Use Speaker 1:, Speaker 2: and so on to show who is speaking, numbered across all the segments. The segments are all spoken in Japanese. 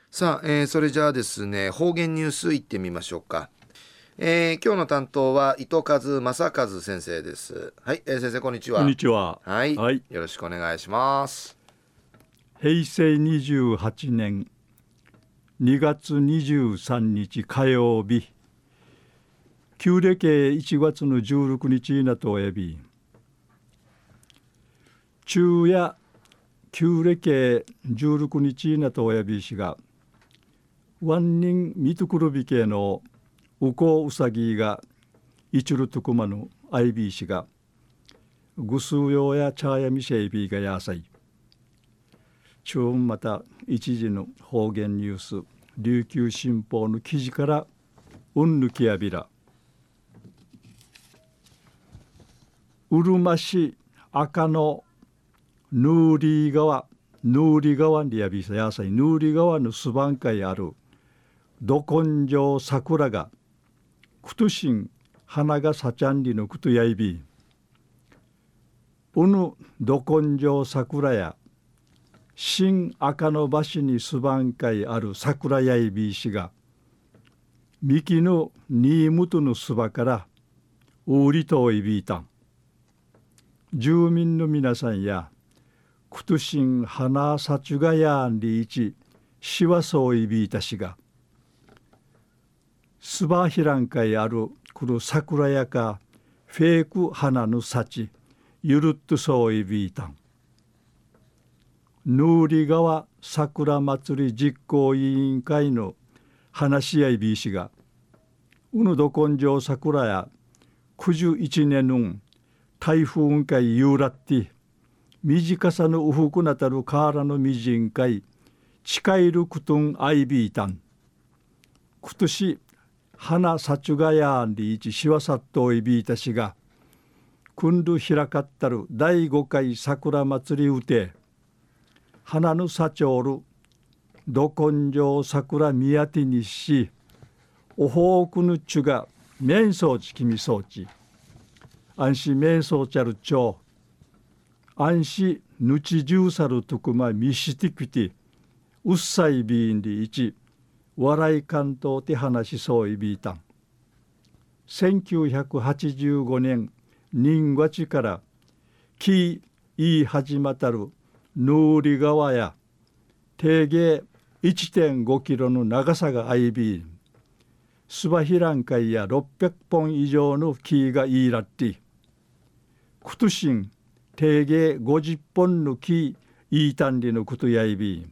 Speaker 1: さあ、それじゃあですね、方言ニュースいってみましょうか。今日の担当は糸数正和先生です。はい、先生こんにち
Speaker 2: こん
Speaker 1: は。
Speaker 2: にちは。
Speaker 1: はい、
Speaker 2: はい。
Speaker 1: よろしくお願いします。
Speaker 2: 平成28年2月23日火曜日、旧暦1月の16日になとおやび、昼夜旧暦16日になとおやびしが、万人見とくるびけのうこうさぎが一るとくまのあいびしが、ぐすうようや茶やみせいびがやさい。中また一時の方言ニュース琉球新報の記事からうんぬきやびら、うるま市赤のヌーリー川にやびさやさい、ヌーリー川のすばんかいあるど根性桜がくとしん花がさちゃんりのくとやいび、うぬど根性桜や新赤の橋にすばんかいある桜やいびいしが、幹の新むのすばからうりといびいたん。住民の皆さんやくとしん花さちゅがやんりいちしわそういびいたしが、すばひらんかいあるくる桜やかフェイク花のさちゆるっとそういびいたん。ヌーリ川桜祭り実行委員会の話し合いびいしが、うぬど根性桜や91年の台風雲海ゆうらって短さのうふくなたるカーラのみじんかい近いるくとんあいびいたん。くとし花さちゅがやんりいちしわさっといびいたしが、くんるひらかったる第5回桜祭りうて花のさちょうるど根性桜みやてにし、おほうくぬちゅが面相地きみそうち安心面相ちゃるちょう安心ぬちじゅうさるとくまみしてきてうっさいびんりいち笑い関東て話しそういびいたん。1985年人月からきい始またるヌーリ川や定芸 1.5 キロの長さがあいびん、スバヒランカイや600本以上の木がいいらって、クトシン定芸50本の木いいたんりのことやいびん、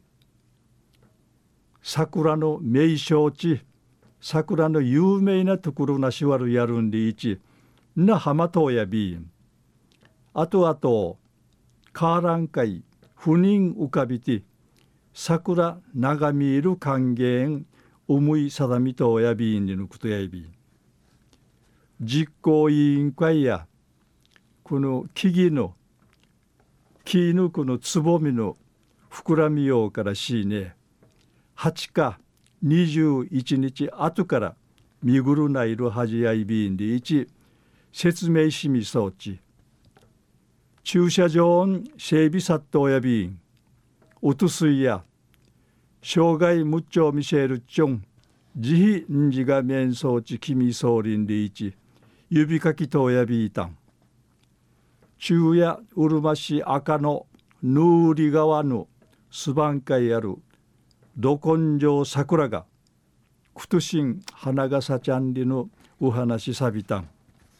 Speaker 2: 桜の名勝地、桜の有名なところなしわるやるんでいちな浜とやびん、あとあとカーランカイ不人浮かびて桜長見る還元思い定みとやびんにのことやいびん、実行委員会やこの木々の木ぬくのつぼみの膨らみようからしいね、8か21日後から見ぐるないるはじやいびんでいち説明しみそうち、駐車場整備さっとおやびん、おとすいや障害むっちょみせるちょん慈悲んじが面相ちきみそうりんでいち指かきとおやびいたん。昼夜うるま市赤のヌーリ川のすばんかいあるど根性桜がくとしん花がさちゃんりのお話さびたん。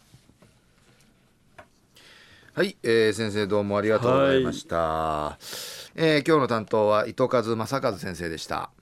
Speaker 1: はい、先生どうもありがとうございました。今日の担当は糸数正和先生でした。